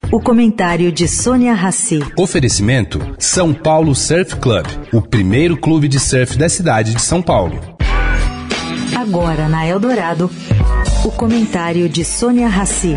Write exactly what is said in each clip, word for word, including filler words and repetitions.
O comentário de Sônia Rassi. Oferecimento São Paulo Surf Club, o primeiro clube de surf da cidade de São Paulo. Agora na Eldorado, o comentário de Sônia Rassi.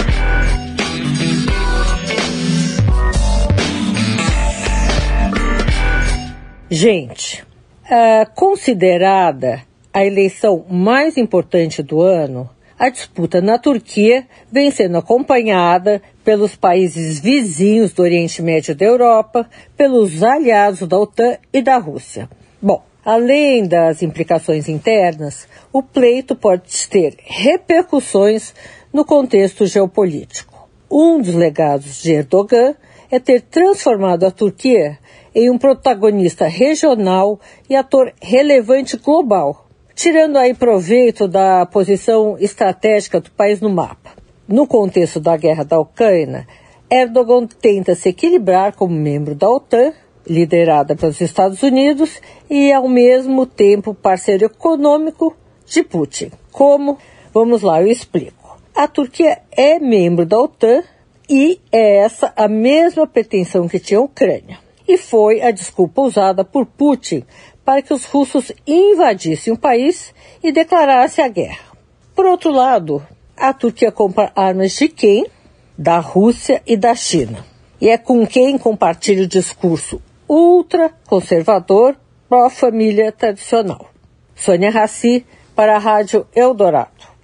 Gente, é considerada a eleição mais importante do ano, a disputa na Turquia vem sendo acompanhada pelos países vizinhos do Oriente Médio e da Europa, pelos aliados da OTAN e da Rússia. Bom, além das implicações internas, o pleito pode ter repercussões no contexto geopolítico. Um dos legados de Erdogan é ter transformado a Turquia em um protagonista regional e ator relevante global, tirando aí proveito da posição estratégica do país no mapa. No contexto da guerra da Ucrânia, Erdogan tenta se equilibrar como membro da OTAN, liderada pelos Estados Unidos, e ao mesmo tempo parceiro econômico de Putin. Como? Vamos lá, eu explico. A Turquia é membro da OTAN e é essa a mesma pretensão que tinha a Ucrânia. E foi a desculpa usada por Putin para que os russos invadissem o país e declarassem a guerra. Por outro lado, a Turquia compra armas de quem? Da Rússia e da China. E é com quem compartilha o discurso ultraconservador pró-família tradicional. Sônia Rassi, para a Rádio Eldorado.